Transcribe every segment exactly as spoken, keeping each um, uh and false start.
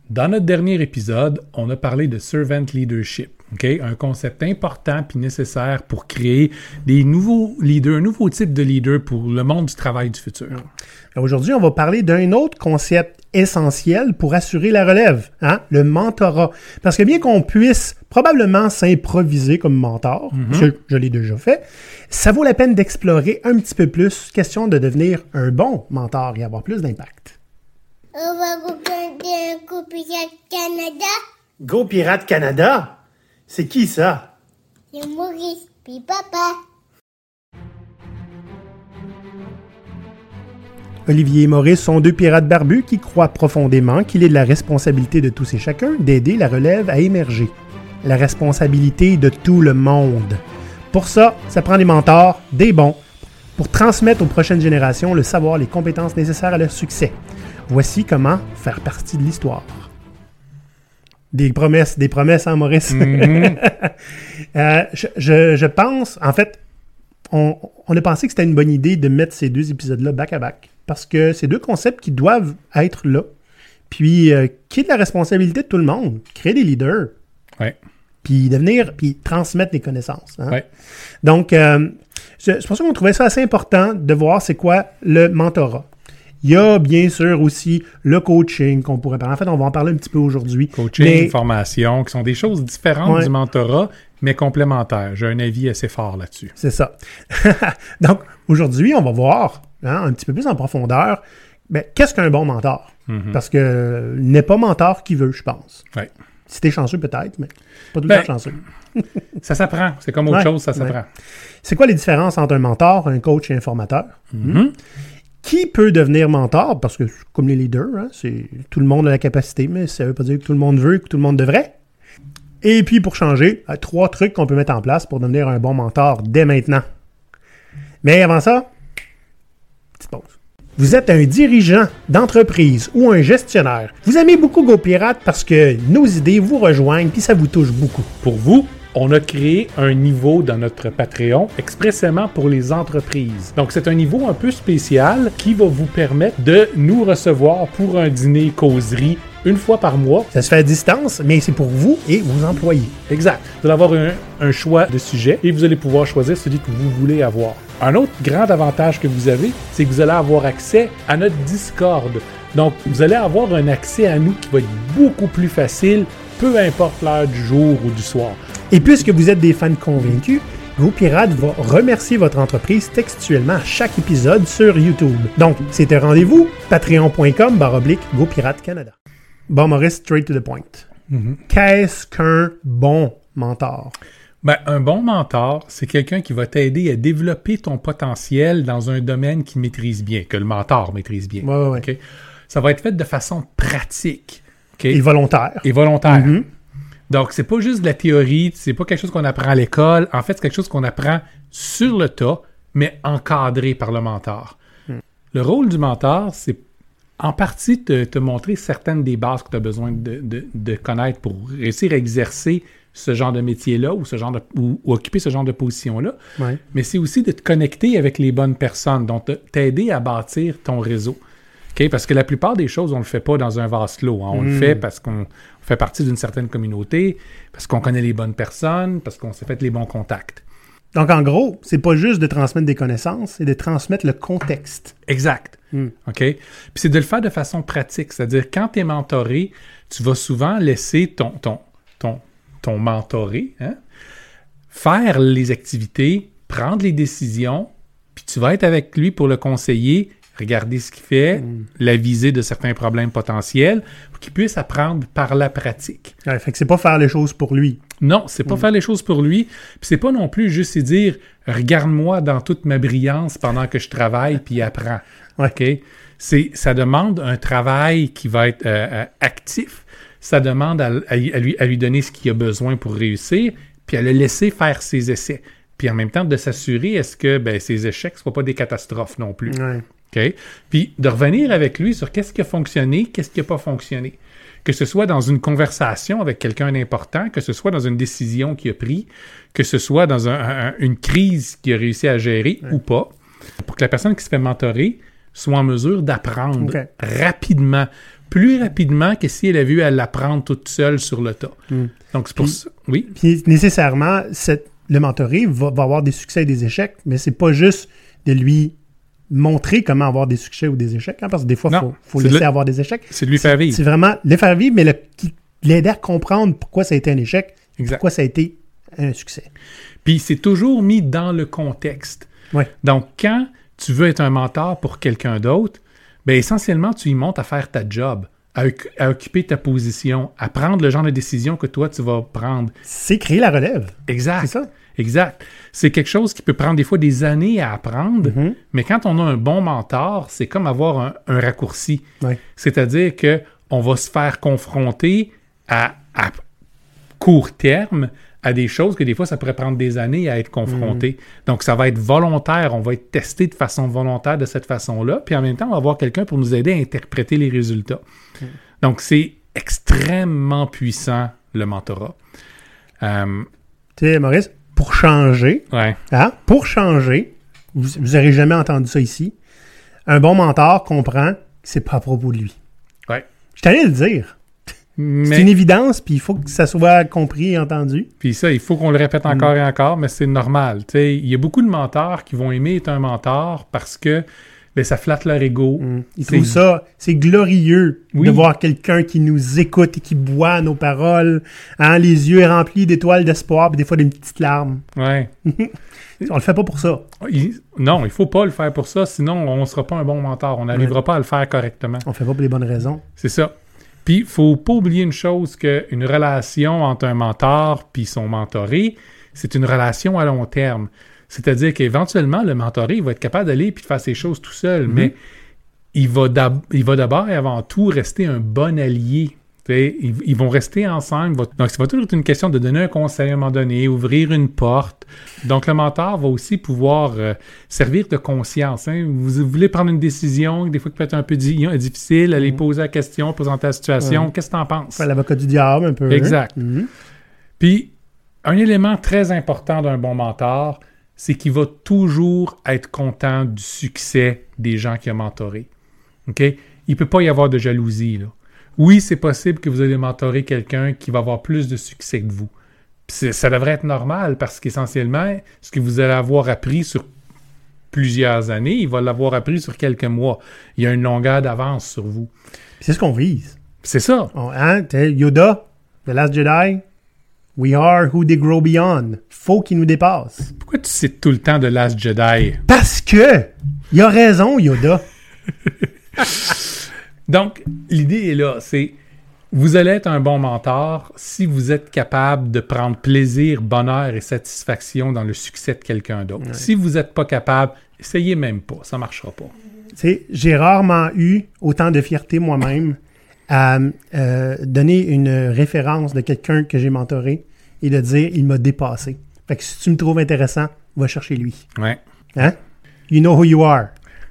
Dans notre dernier épisode, on a parlé de servant leadership, okay? Un concept important puis nécessaire pour créer des nouveaux leaders, un nouveau type de leader pour le monde du travail du futur. Aujourd'hui, on va parler d'un autre concept essentiel pour assurer la relève, hein? Le mentorat. Parce que bien qu'on puisse probablement s'improviser comme mentor, mm-hmm. parce que je l'ai déjà fait, ça vaut la peine d'explorer un petit peu plus, question de devenir un bon mentor et avoir plus d'impact. On va regarder un Go Pirate Canada. Go Pirate Canada? C'est qui ça? C'est Maurice, puis papa. Olivier et Maurice sont deux pirates barbus qui croient profondément qu'il est de la responsabilité de tous et chacun d'aider la relève à émerger. La responsabilité de tout le monde. Pour ça, ça prend des mentors, des bons, pour transmettre aux prochaines générations le savoir, les compétences nécessaires à leur succès. Voici comment faire partie de l'histoire. Des promesses, des promesses, hein, Maurice? Mm-hmm. euh, je, je, je pense, en fait, on, on a pensé que c'était une bonne idée de mettre ces deux épisodes-là back-à-back, parce que c'est deux concepts qui doivent être là, puis euh, qui est de la responsabilité de tout le monde. Créer des leaders. Ouais. Puis devenir, puis transmettre les connaissances. Hein? Ouais. Donc, euh, c'est pour ça qu'on trouvait ça assez important de voir c'est quoi le mentorat. Il y a bien sûr aussi le coaching qu'on pourrait parler. En fait, on va en parler un petit peu aujourd'hui. Coaching, mais... formation, qui sont des choses différentes ouais. du mentorat, mais complémentaires. J'ai un avis assez fort là-dessus. C'est ça. Donc, aujourd'hui, on va voir hein, un petit peu plus en profondeur, ben, qu'est-ce qu'un bon mentor? Mm-hmm. Parce que euh, n'est pas mentor qui veut, je pense. Ouais. Si t'es chanceux, peut-être, mais pas tout le ben, temps chanceux. Ça s'apprend. C'est comme autre ouais, chose, ça s'apprend. Ouais. C'est quoi les différences entre un mentor, un coach et un formateur? Mm-hmm. Qui peut devenir mentor? Parce que, comme les leaders, hein, c'est, tout le monde a la capacité, mais ça ne veut pas dire que tout le monde veut, que tout le monde devrait. Et puis, pour changer, trois trucs qu'on peut mettre en place pour devenir un bon mentor dès maintenant. Mais avant ça, petite pause. Vous êtes un dirigeant d'entreprise ou un gestionnaire. Vous aimez beaucoup GoPirate parce que nos idées vous rejoignent puis ça vous touche beaucoup. Pour vous, on a créé un niveau dans notre Patreon expressément pour les entreprises. Donc, c'est un niveau un peu spécial qui va vous permettre de nous recevoir pour un dîner causerie une fois par mois. Ça se fait à distance, mais c'est pour vous et vos employés. Exact. Vous allez avoir un, un choix de sujet et vous allez pouvoir choisir celui que vous voulez avoir. Un autre grand avantage que vous avez, c'est que vous allez avoir accès à notre Discord. Donc, vous allez avoir un accès à nous qui va être beaucoup plus facile, peu importe l'heure du jour ou du soir. Et puisque vous êtes des fans convaincus, GoPirate va remercier votre entreprise textuellement à chaque épisode sur YouTube. Donc, c'est un rendez-vous, patreon.com barre oblique GoPirate Canada. Bon, Maurice, straight to the point. Mm-hmm. Qu'est-ce qu'un bon mentor? Ben, un bon mentor, c'est quelqu'un qui va t'aider à développer ton potentiel dans un domaine qu'il maîtrise bien, que le mentor maîtrise bien. Ouais, ouais, ouais. Okay? Ça va être fait de façon pratique. Okay? Et volontaire. Et volontaire. Mm-hmm. Donc, c'est pas juste de la théorie, c'est pas quelque chose qu'on apprend à l'école. En fait, c'est quelque chose qu'on apprend sur le tas, mais encadré par le mentor. Mm. Le rôle du mentor, c'est en partie te, te montrer certaines des bases que tu as besoin de, de, de connaître pour réussir à exercer ce genre de métier-là ou, ce genre de, ou, ou occuper ce genre de position-là. Ouais. Mais c'est aussi de te connecter avec les bonnes personnes, donc t'aider à bâtir ton réseau. Okay? Parce que la plupart des choses, on ne le fait pas dans un vase clos. Hein. On mm. le fait parce qu'on fait partie d'une certaine communauté, parce qu'on connaît les bonnes personnes, parce qu'on s'est fait les bons contacts. Donc, en gros, c'est pas juste de transmettre des connaissances, c'est de transmettre le contexte. Exact. Mm. OK? Puis c'est de le faire de façon pratique. C'est-à-dire, quand tu es mentoré, tu vas souvent laisser ton, ton, ton, ton mentoré hein, faire les activités, prendre les décisions, puis tu vas être avec lui pour le conseiller, regarder ce qu'il fait, mm. l'aviser de certains problèmes potentiels, pour qu'il puisse apprendre par la pratique. Ouais, fait que c'est pas faire les choses pour lui. Non, c'est pas mm. faire les choses pour lui, puis c'est pas non plus juste dire « regarde-moi dans toute ma brillance pendant que je travaille, puis apprends ouais. ». Okay? C'est, ça demande un travail qui va être euh, actif, ça demande à, à, à, lui, à lui donner ce qu'il a besoin pour réussir, puis à le laisser faire ses essais. Puis en même temps, de s'assurer est-ce que ben, ses échecs ne soient pas des catastrophes non plus. Ouais. Okay? Puis de revenir avec lui sur qu'est-ce qui a fonctionné, qu'est-ce qui n'a pas fonctionné. Que ce soit dans une conversation avec quelqu'un d'important, que ce soit dans une décision qu'il a prise, que ce soit dans un, un, une crise qu'il a réussi à gérer ouais. ou pas, pour que la personne qui se fait mentorer soit en mesure d'apprendre okay. rapidement plus rapidement que si elle avait eu à l'apprendre toute seule sur le tas. Mm. Donc, c'est pour puis, ça. Oui. Puis, nécessairement, cette, le mentoré va, va avoir des succès et des échecs, mais c'est pas juste de lui montrer comment avoir des succès ou des échecs, hein, parce que des fois, il faut, faut laisser le, avoir des échecs. C'est de lui faire vivre. C'est vraiment les faire vivre, mais le, l'aider à comprendre pourquoi ça a été un échec, exact. Pourquoi ça a été un succès. Puis, c'est toujours mis dans le contexte. Ouais. Donc, quand tu veux être un mentor pour quelqu'un d'autre, bien, essentiellement, tu y montes à faire ta job, à, à occuper ta position, à prendre le genre de décision que toi, tu vas prendre. C'est créer la relève. Exact. C'est ça. Exact. C'est quelque chose qui peut prendre des fois des années à apprendre, mm-hmm. mais quand on a un bon mentor, c'est comme avoir un, un raccourci. Ouais. C'est-à-dire qu'on va se faire confronter à, à court terme à des choses que des fois, ça pourrait prendre des années à être confronté. Mmh. Donc, ça va être volontaire. On va être testé de façon volontaire de cette façon-là. Puis en même temps, on va avoir quelqu'un pour nous aider à interpréter les résultats. Mmh. Donc, c'est extrêmement puissant, le mentorat. Euh, tu sais, Maurice, pour changer, ouais. hein, pour changer, vous n'aurez jamais entendu ça ici, un bon mentor comprend que c'est pas à propos de lui. Ouais. Je t'allais le dire. Mais... C'est une évidence, puis il faut que ça soit compris et entendu. Puis ça, il faut qu'on le répète encore mm. et encore, mais c'est normal. Il y a beaucoup de mentors qui vont aimer être un mentor parce que ben, ça flatte leur ego. Mm. Ils c'est... trouvent ça, c'est glorieux oui. de voir quelqu'un qui nous écoute et qui boit nos paroles, hein, les yeux remplis d'étoiles d'espoir, puis des fois des petites larmes. Ouais. On le fait pas pour ça. Il... Non, il faut pas le faire pour ça, sinon on sera pas un bon mentor. On n'arrivera ouais. pas à le faire correctement. On fait pas pour les bonnes raisons. C'est ça. Puis, il ne faut pas oublier une chose, qu'une relation entre un mentor puis son mentoré, c'est une relation à long terme. C'est-à-dire qu'éventuellement, le mentoré, il va être capable d'aller et de faire ses choses tout seul, mm-hmm. mais il va, d'ab- il va d'abord et avant tout rester un bon allié. Ils, ils vont rester ensemble. Donc, ça va toujours être une question de donner un conseil à un moment donné, ouvrir une porte. Donc, le mentor va aussi pouvoir euh, servir de conscience. Hein. Vous, vous voulez prendre une décision, des fois qui peut être un peu di- difficile, aller mmh. poser la question, présenter la situation. Mmh. Qu'est-ce que tu en penses? Faire l'avocat du diable un peu. Exact. Mmh. Puis, un élément très important d'un bon mentor, c'est qu'il va toujours être content du succès des gens qu'il a mentorés. Okay? Il ne peut pas y avoir de jalousie, là. Oui, c'est possible que vous allez mentorer quelqu'un qui va avoir plus de succès que vous. Puis ça devrait être normal parce qu'essentiellement, ce que vous allez avoir appris sur plusieurs années, il va l'avoir appris sur quelques mois. Il y a une longueur d'avance sur vous. C'est ce qu'on vise. C'est ça. On, hein, Yoda, The Last Jedi, we are who they grow beyond. Faut qu'il nous dépasse. Pourquoi tu cites tout le temps The Last Jedi? Parce que il a raison, Yoda. Donc, l'idée est là, c'est vous allez être un bon mentor si vous êtes capable de prendre plaisir, bonheur et satisfaction dans le succès de quelqu'un d'autre. Ouais. Si vous n'êtes pas capable, essayez même pas, ça ne marchera pas. Tu sais, j'ai rarement eu autant de fierté moi-même à euh, donner une référence de quelqu'un que j'ai mentoré et de dire « il m'a dépassé ». Fait que si tu me trouves intéressant, va chercher lui. Ouais. Hein? You know who you are.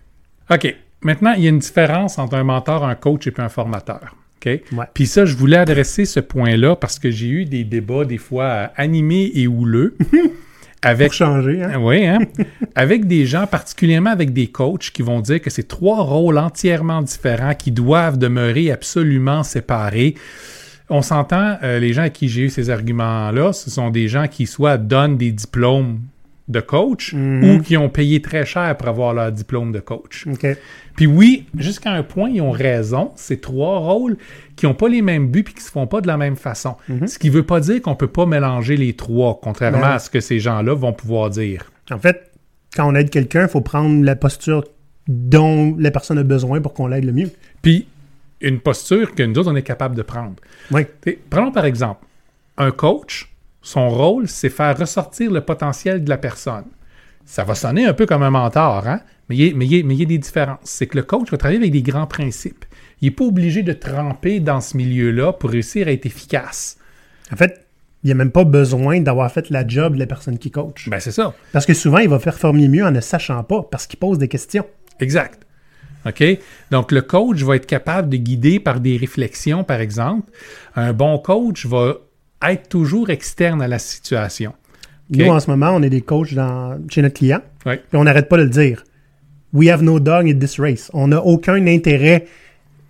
OK. Maintenant, il y a une différence entre un mentor, un coach et puis un formateur. Okay? Ouais. Puis ça, je voulais adresser ce point-là parce que j'ai eu des débats des fois euh, animés et houleux. avec, Pour changer, hein? Oui, hein? Avec des gens, particulièrement avec des coachs qui vont dire que c'est trois rôles entièrement différents qui doivent demeurer absolument séparés. On s'entend, euh, les gens à qui j'ai eu ces arguments-là, ce sont des gens qui soit donnent des diplômes de coach mm-hmm. ou qui ont payé très cher pour avoir leur diplôme de coach. Okay. Puis oui, jusqu'à un point, ils ont raison. C'est trois rôles qui n'ont pas les mêmes buts et qui ne se font pas de la même façon. Mm-hmm. Ce qui ne veut pas dire qu'on ne peut pas mélanger les trois, contrairement ben, à ce que ces gens-là vont pouvoir dire. En fait, quand on aide quelqu'un, il faut prendre la posture dont la personne a besoin pour qu'on l'aide le mieux. Puis, une posture que nous autres, on est capable de prendre. Oui. T'sais, prenons par exemple, un coach, son rôle, c'est faire ressortir le potentiel de la personne. Ça va sonner un peu comme un mentor, hein? mais, il y a, mais, il y a, mais il y a des différences. C'est que le coach va travailler avec des grands principes. Il n'est pas obligé de tremper dans ce milieu-là pour réussir à être efficace. En fait, il n'y a même pas besoin d'avoir fait la job de la personne qui coach. Ben c'est ça. Parce que souvent, il va performer mieux en ne sachant pas, parce qu'il pose des questions. Exact. OK? Donc, le coach va être capable de guider par des réflexions, par exemple. Un bon coach va être toujours externe à la situation. Okay? Nous, en ce moment, on est des coachs dans, chez notre client. Oui. Puis on n'arrête pas de le dire. We have no dog in this race. On n'a aucun intérêt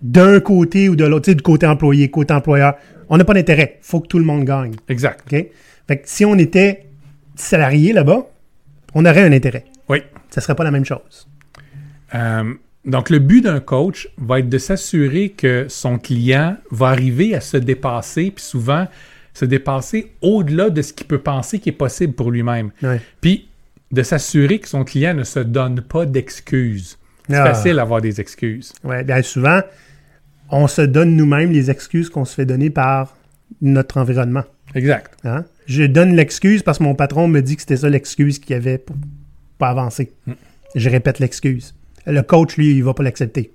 d'un côté ou de l'autre, tu sais, du côté employé, côté employeur. On n'a pas d'intérêt. Il faut que tout le monde gagne. Exact. OK? Fait que si on était salarié là-bas, on aurait un intérêt. Oui. Ça ne serait pas la même chose. Euh, donc, le but d'un coach va être de s'assurer que son client va arriver à se dépasser, puis souvent se dépasser au-delà de ce qu'il peut penser qui est possible pour lui-même. Ouais. Puis, de s'assurer que son client ne se donne pas d'excuses. C'est Ah. facile d'avoir des excuses. Ouais, bien souvent, on se donne nous-mêmes les excuses qu'on se fait donner par notre environnement. Exact. Hein? Je donne l'excuse parce que mon patron me dit que c'était ça l'excuse qu'il y avait pour pas avancer. Mm. Je répète l'excuse. Le coach, lui, il va pas l'accepter.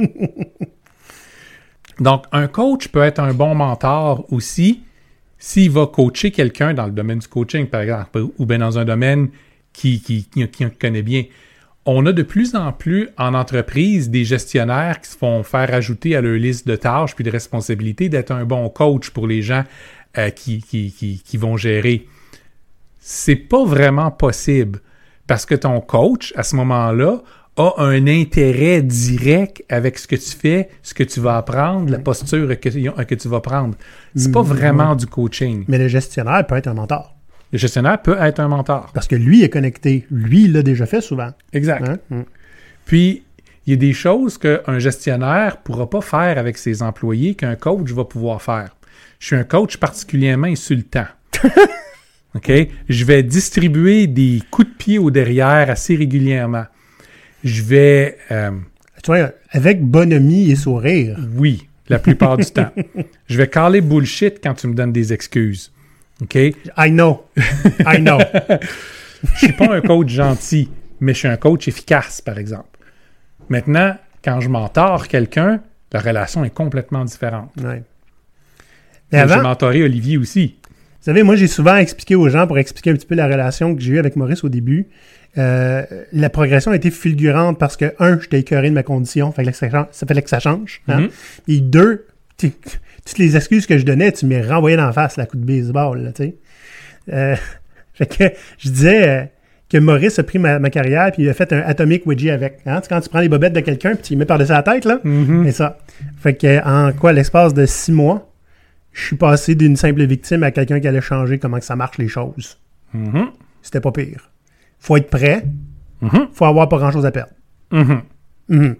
Donc, un coach peut être un bon mentor aussi s'il va coacher quelqu'un dans le domaine du coaching, par exemple, ou bien dans un domaine qui, qui, qui, qui connaît bien. On a de plus en plus en entreprise des gestionnaires qui se font faire ajouter à leur liste de tâches puis de responsabilités d'être un bon coach pour les gens euh, qui, qui, qui, qui vont gérer. C'est pas vraiment possible parce que ton coach, à ce moment-là, a un intérêt direct avec ce que tu fais, ce que tu vas apprendre, la posture que, que tu vas prendre. C'est pas vraiment mmh. du coaching. Mais le gestionnaire peut être un mentor. Le gestionnaire peut être un mentor. Parce que lui est connecté. Lui, il l'a déjà fait souvent. Exact. Hein? Mm. Puis, il y a des choses qu'un gestionnaire ne pourra pas faire avec ses employés qu'un coach va pouvoir faire. Je suis un coach particulièrement insultant. OK? Je vais distribuer des coups de pied au derrière assez régulièrement. Je vais... Euh, tu vois, avec bonhomie et sourire. Oui, la plupart du temps. Je vais caler bullshit quand tu me donnes des excuses. OK? I know. I know. Je suis pas un coach gentil, mais je suis un coach efficace, par exemple. Maintenant, quand je mentore quelqu'un, la relation est complètement différente. Ouais. Mais avant, j'ai mentoré Olivier aussi. Vous savez, moi, j'ai souvent expliqué aux gens, pour expliquer un petit peu la relation que j'ai eue avec Maurice au début, euh, la progression a été fulgurante parce que, un, j'étais écœuré de ma condition, fait que ça, ça fallait que ça change. Hein? Mm-hmm. Et deux, toutes les excuses que je donnais, tu m'es renvoyé d'en face la coup de baseball, là, tu sais. Euh, fait que je disais euh, que Maurice a pris ma, ma carrière puis il a fait un atomic wedgie avec. Hein? Tu sais, quand tu prends les bobettes de quelqu'un puis tu les mets par-dessus la tête, là, mm-hmm. c'est ça. Fait que en quoi, l'espace de six mois, je suis passé d'une simple victime à quelqu'un qui allait changer comment que ça marche les choses. Mm-hmm. C'était pas pire. Faut être prêt. Mm-hmm. Faut avoir pas grand-chose à perdre. Mm-hmm. Mm-hmm.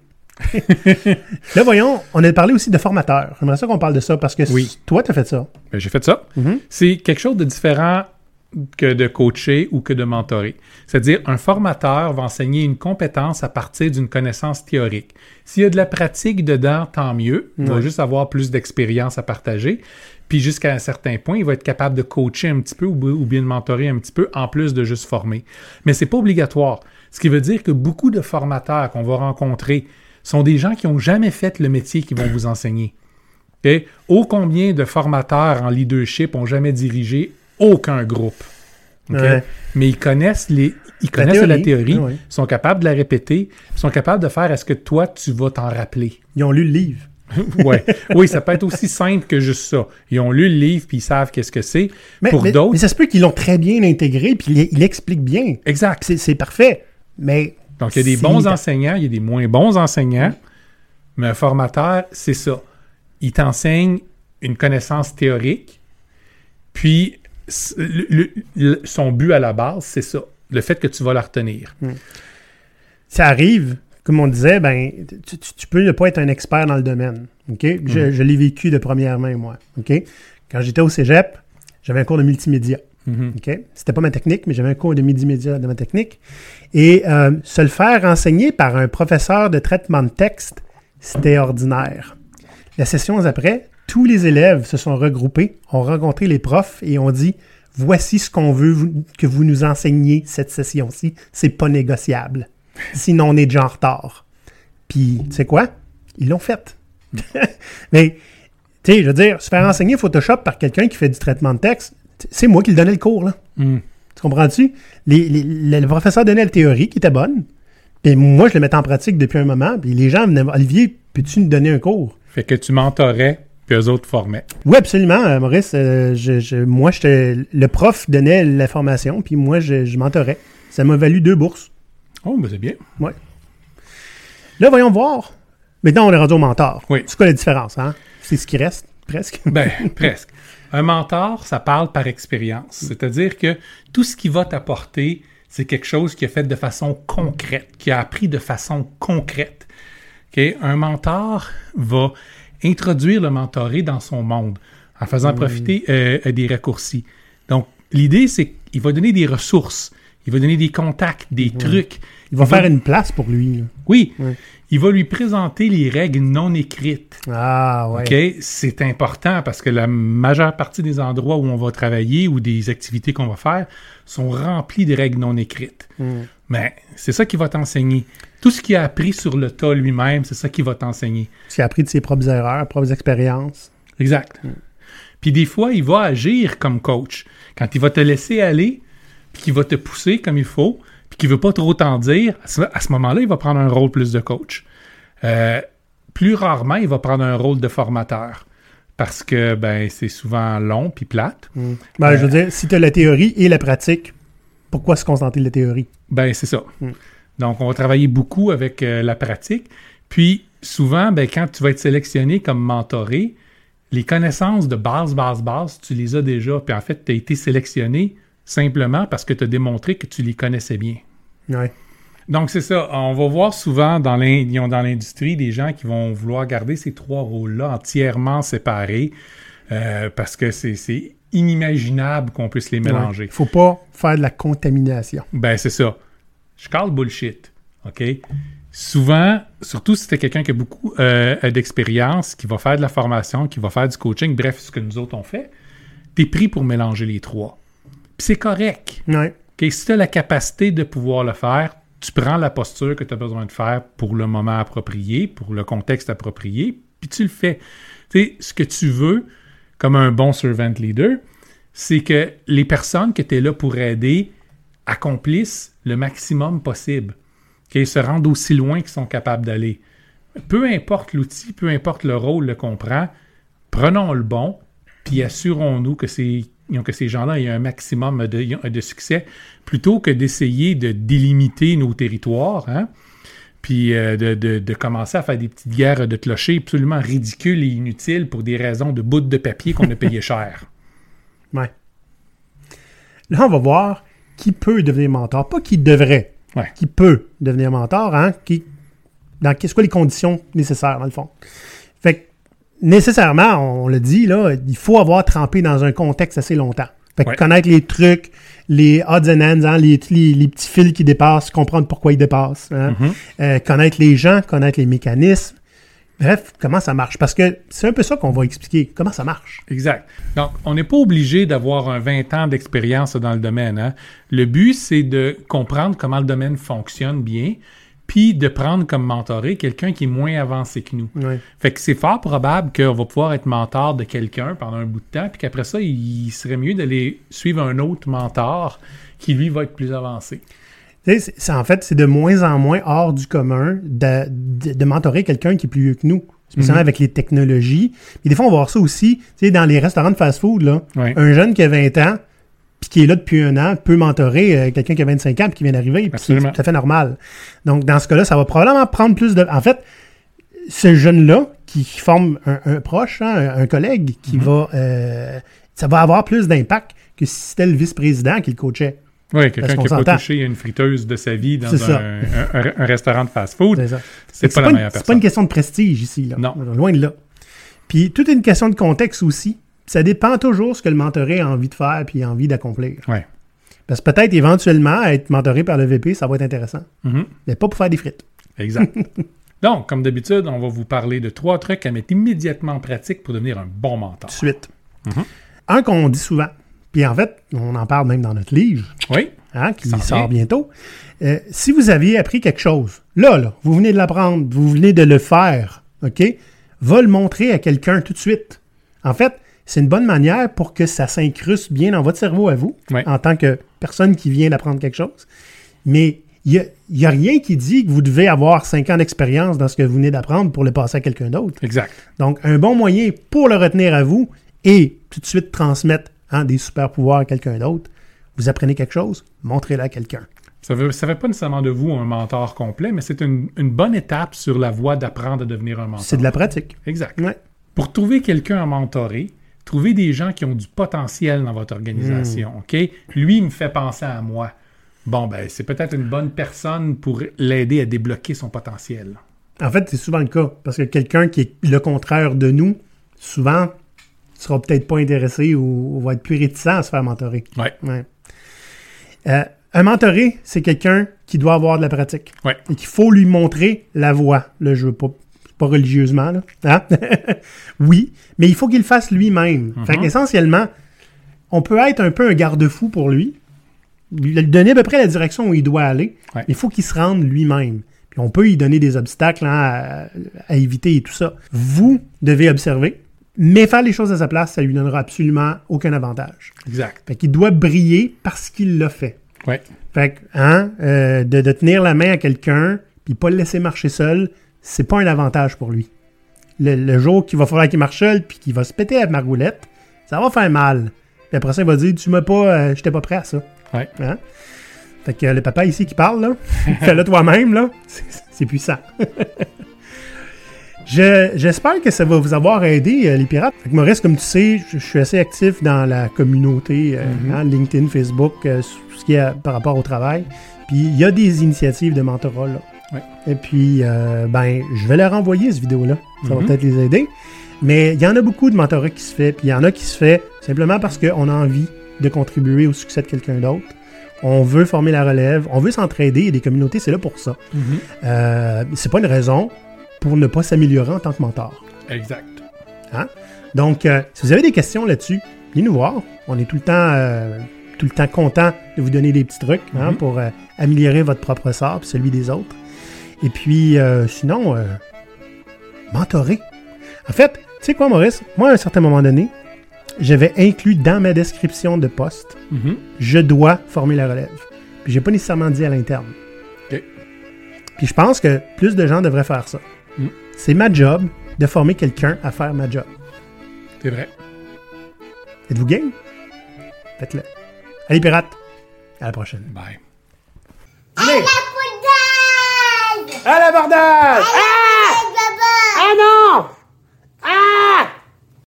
Là, voyons, on a parlé aussi de formateur. J'aimerais ça qu'on parle de ça parce que oui. toi, tu as fait ça. Ben, j'ai fait ça. Mm-hmm. C'est quelque chose de différent que de coacher ou que de mentorer. C'est-à-dire, un formateur va enseigner une compétence à partir d'une connaissance théorique. S'il y a de la pratique dedans, tant mieux. Il ouais. va juste avoir plus d'expérience à partager. Puis jusqu'à un certain point, il va être capable de coacher un petit peu ou, ou bien de mentorer un petit peu en plus de juste former. Mais c'est pas obligatoire. Ce qui veut dire que beaucoup de formateurs qu'on va rencontrer sont des gens qui n'ont jamais fait le métier qu'ils vont vous enseigner. Okay? Ô combien de formateurs en leadership n'ont jamais dirigé aucun groupe. Okay? Ouais. Mais ils connaissent, les, ils connaissent la théorie, la théorie ouais. sont capables de la répéter, sont capables de faire est-ce que toi, tu vas t'en rappeler. Ils ont lu le livre. ouais. Oui, ça peut être aussi simple que juste ça. Ils ont lu le livre puis ils savent qu'est-ce que c'est. Mais, Pour mais, d'autres... mais ça se peut qu'ils l'ont très bien intégré puis ils il l'expliquent bien. Exact. C'est, c'est parfait. Mais donc, il y a des bons limité. enseignants, il y a des moins bons enseignants, mmh. mais un formateur, c'est ça. Il t'enseigne une connaissance théorique, puis le, le, le, son but à la base, c'est ça. Le fait que tu vas la retenir. Mmh. Ça arrive, comme on disait, ben, tu, tu, tu peux ne pas être un expert dans le domaine. Okay? Je, mmh. je l'ai vécu de première main, moi. Okay? Quand j'étais au cégep, j'avais un cours de multimédia. Mm-hmm. Okay? C'était pas ma technique, mais j'avais un cours de multimédia de ma technique. Et euh, se le faire enseigner par un professeur de traitement de texte, c'était ordinaire. La session après, tous les élèves se sont regroupés, ont rencontré les profs et ont dit « Voici ce qu'on veut vous, que vous nous enseigniez cette session-ci. C'est pas négociable. Sinon, on est déjà en retard. » Puis, tu sais quoi? Ils l'ont fait. Mais, tu sais, je veux dire, se faire enseigner Photoshop par quelqu'un qui fait du traitement de texte, c'est moi qui le donnais le cours, là. Mm. Tu comprends-tu? Les, les, le professeur donnait la théorie qui était bonne, puis moi, je le mettais en pratique depuis un moment, puis les gens venaient, Olivier, peux-tu nous donner un cours? Fait que tu mentorais, puis eux autres formaient. Oui, absolument, euh, Maurice. Euh, je, je, moi, j'étais, le prof donnait la formation, puis moi, je, je mentorais. Ça m'a valu deux bourses. Oh, ben c'est bien. Oui. Là, voyons voir. Maintenant, on est rendu au mentor. Oui. C'est quoi la différence, hein? C'est ce qui reste, presque? Ben, presque. Un mentor, ça parle par expérience. C'est-à-dire que tout ce qui va t'apporter, c'est quelque chose qui a fait de façon concrète, qui a appris de façon concrète. Okay? Un mentor va introduire le mentoré dans son monde en faisant mmh. profiter euh, des raccourcis. Donc, l'idée, c'est qu'il va donner des ressources, il va donner des contacts, des mmh. trucs. Il va il faire va... une place pour lui. Là. Oui. Ouais. Il va lui présenter les règles non écrites. Ah, ouais. OK? C'est important parce que la majeure partie des endroits où on va travailler ou des activités qu'on va faire sont remplis de règles non écrites. Mm. Mais c'est ça qu'il va t'enseigner. Tout ce qu'il a appris sur le tas lui-même, c'est ça qu'il va t'enseigner. Ce qu'il a appris de ses propres erreurs, propres expériences. Exact. Mm. Puis des fois, il va agir comme coach. Quand il va te laisser aller, puis qu'il va te pousser comme il faut, puis qu'il ne veut pas trop t'en dire, à ce, à ce moment-là, il va prendre un rôle plus de coach. Euh, plus rarement, il va prendre un rôle de formateur parce que ben c'est souvent long puis plate. Mmh. Ben, euh, je veux dire, si tu as la théorie et la pratique, pourquoi se concentrer de la théorie? Ben c'est ça. Mmh. Donc, on va travailler beaucoup avec euh, la pratique. Puis, souvent, ben, quand tu vas être sélectionné comme mentoré, les connaissances de base, base, base, tu les as déjà. Puis en fait, tu as été sélectionné simplement parce que tu as démontré que tu les connaissais bien. Oui. Donc, c'est ça. On va voir souvent dans, l'in- dans l'industrie des gens qui vont vouloir garder ces trois rôles-là entièrement séparés euh, parce que c'est, c'est inimaginable qu'on puisse les mélanger. Il ne faut pas faire de la contamination. Ben, c'est ça. Je call bullshit. OK? Souvent, surtout si tu es quelqu'un qui a beaucoup euh, d'expérience, qui va faire de la formation, qui va faire du coaching, bref, ce que nous autres on fait, tu es pris pour mélanger les trois. Puis c'est correct. Oui. Okay? Si tu as la capacité de pouvoir le faire, tu prends la posture que tu as besoin de faire pour le moment approprié, pour le contexte approprié, puis tu le fais. Tu sais, ce que tu veux, comme un bon servant leader, c'est que les personnes que tu es là pour aider accomplissent le maximum possible, qu'ils se rendent aussi loin qu'ils sont capables d'aller. Peu importe l'outil, peu importe le rôle le qu'on prend, prenons le bon, puis assurons-nous que c'est que ces gens-là aient un maximum de, de succès, plutôt que d'essayer de délimiter nos territoires, hein, puis euh, de, de, de commencer à faire des petites guerres de clochers absolument ridicules et inutiles pour des raisons de bouts de papier qu'on a payé cher. Ouais. Là, on va voir qui peut devenir mentor, pas qui devrait, ouais. qui peut devenir mentor, hein, qui, dans qu'est-ce que les conditions nécessaires, dans le fond. Fait que, nécessairement, on l'a dit, là, il faut avoir trempé dans un contexte assez longtemps. Fait que ouais. connaître les trucs, les odds and ends, hein, les, les, les petits fils qui dépassent, comprendre pourquoi ils dépassent. Hein, mm-hmm. euh, connaître les gens, connaître les mécanismes. Bref, comment ça marche? Parce que c'est un peu ça qu'on va expliquer. Comment ça marche? Exact. Donc, on n'est pas obligé d'avoir un vingt ans d'expérience dans le domaine. Hein. Le but, c'est de comprendre comment le domaine fonctionne bien, puis de prendre comme mentoré quelqu'un qui est moins avancé que nous. Oui. Fait que c'est fort probable qu'on va pouvoir être mentor de quelqu'un pendant un bout de temps, puis qu'après ça, il serait mieux d'aller suivre un autre mentor qui, lui, va être plus avancé. Tu sais, c'est, c'est, en fait, c'est de moins en moins hors du commun de, de, de mentorer quelqu'un qui est plus vieux que nous, spécialement mm-hmm. avec les technologies. Puis des fois, on va voir ça aussi, tu sais, dans les restaurants de fast-food, là, oui. un jeune qui a vingt ans, puis qui est là depuis un an, peut mentorer euh, quelqu'un qui a vingt-cinq ans, puis qui vient d'arriver, puis c'est tout à fait normal. Donc, dans ce cas-là, ça va probablement prendre plus de... En fait, ce jeune-là, qui, qui forme un, un proche, hein, un, un collègue, qui mm-hmm. va... Euh, ça va avoir plus d'impact que si c'était le vice-président qui le coachait. Oui, quelqu'un qui n'a pas touché une friteuse de sa vie dans un, un, un, un restaurant de fast-food, c'est, ça. c'est, c'est pas c'est la pas meilleure une, personne. C'est pas une question de prestige ici, là. Non. Loin de là. Puis, tout est une question de contexte aussi. Ça dépend toujours de ce que le mentoré a envie de faire puis a envie d'accomplir. Oui. Parce que peut-être, éventuellement, être mentoré par le V P, ça va être intéressant. Mm-hmm. Mais pas pour faire des frites. Exact. Donc, comme d'habitude, on va vous parler de trois trucs à mettre immédiatement en pratique pour devenir un bon mentor. Tout de suite. Mm-hmm. Un qu'on dit souvent, puis en fait, on en parle même dans notre livre. Oui. Hein, qui sort bientôt. Euh, si vous aviez appris quelque chose, là, là, vous venez de l'apprendre, vous venez de le faire, OK? Va le montrer à quelqu'un tout de suite. En fait, c'est une bonne manière pour que ça s'incruste bien dans votre cerveau à vous, oui. en tant que personne qui vient d'apprendre quelque chose. Mais il n'y a, a rien qui dit que vous devez avoir cinq ans d'expérience dans ce que vous venez d'apprendre pour le passer à quelqu'un d'autre. Exact. Donc, un bon moyen pour le retenir à vous et tout de suite transmettre hein, des super pouvoirs à quelqu'un d'autre. Vous apprenez quelque chose, montrez-le à quelqu'un. Ça ne fait, fait pas nécessairement de vous un mentor complet, mais c'est une, une bonne étape sur la voie d'apprendre à devenir un mentor. C'est de la pratique. Exact. Ouais. Pour trouver quelqu'un à mentorer, trouvez des gens qui ont du potentiel dans votre organisation. Mmh. OK? Lui, il me fait penser à moi. Bon, ben, c'est peut-être une bonne personne pour l'aider à débloquer son potentiel. En fait, c'est souvent le cas. Parce que quelqu'un qui est le contraire de nous, souvent, ne sera peut-être pas intéressé ou, ou va être plus réticent à se faire mentorer. Oui. Ouais. Euh, un mentoré, c'est quelqu'un qui doit avoir de la pratique. Ouais. Et qu'il faut lui montrer la voie. Là, je veux pas, pas religieusement, là. Hein? Oui, mais il faut qu'il le fasse lui-même. Mm-hmm. Fait qu'essentiellement, on peut être un peu un garde-fou pour lui, lui donner à peu près la direction où il doit aller. Ouais. Il faut qu'il se rende lui-même. Puis on peut lui donner des obstacles hein, à, à éviter et tout ça. Vous devez observer, mais faire les choses à sa place, ça lui donnera absolument aucun avantage. Exact. Fait qu'il doit briller parce qu'il l'a fait. Ouais. Fait que, hein, euh, de, de tenir la main à quelqu'un, puis pas le laisser marcher seul, c'est pas un avantage pour lui. Le, le jour qu'il va falloir qu'il marche seul, puis qu'il va se péter la margoulette, ça va faire mal. Puis après ça, il va dire, tu m'as pas, euh, j'étais pas prêt à ça. Ouais. Hein? Fait que le papa ici qui parle, là, fais-le toi-même, là, c'est, c'est puissant. Je, j'espère que ça va vous avoir aidé, euh, les pirates. Fait que Maurice, comme tu sais, je, je suis assez actif dans la communauté, euh, mm-hmm. hein, LinkedIn, Facebook, euh, tout ce qui est par rapport au travail. Puis il y a des initiatives de mentorat, là. Ouais. Et puis, euh, ben, je vais leur envoyer cette vidéo-là. Ça mm-hmm. va peut-être les aider. Mais il y en a beaucoup de mentorat qui se fait. Puis il y en a qui se fait simplement parce qu'on a envie de contribuer au succès de quelqu'un d'autre. On veut former la relève. On veut s'entraider. Et des communautés, c'est là pour ça. Mm-hmm. Euh, c'est pas une raison pour ne pas s'améliorer en tant que mentor. Exact. Hein? Donc, euh, si vous avez des questions là-dessus, venez nous voir. On est tout le temps, euh, tout le temps content de vous donner des petits trucs hein, mm-hmm. pour euh, améliorer votre propre sort et celui des autres. Et puis, euh, sinon, euh, mentorer. En fait, tu sais quoi, Maurice? Moi, à un certain moment donné, j'avais inclus dans ma description de poste, mm-hmm. je dois former la relève. Puis, j'ai pas nécessairement dit à l'interne. Okay. Puis, je pense que plus de gens devraient faire ça. Mm. C'est ma job de former quelqu'un à faire ma job. C'est vrai. Êtes-vous game? Faites-le. Allez, pirates! À la prochaine. Bye. À l'abordage! À l'abordage! Ah!